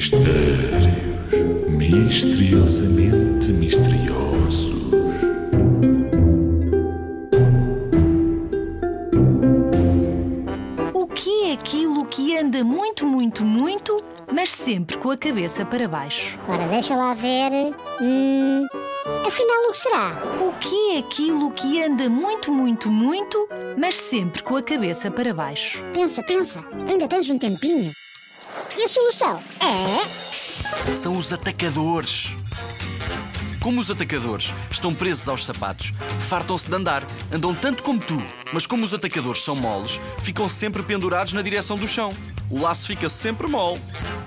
Mistérios misteriosamente misteriosos. O que é aquilo que anda muito, mas sempre com a cabeça para baixo? Ora, deixa lá ver. Afinal, o que será? O que é aquilo que anda muito, mas sempre com a cabeça para baixo? Pensa. Ainda tens um tempinho. E a solução é... São os atacadores. Como os atacadores estão presos aos sapatos, fartam-se de andar, andam tanto como tu. Mas como os atacadores são moles, ficam sempre pendurados na direção do chão. O laço fica sempre mole.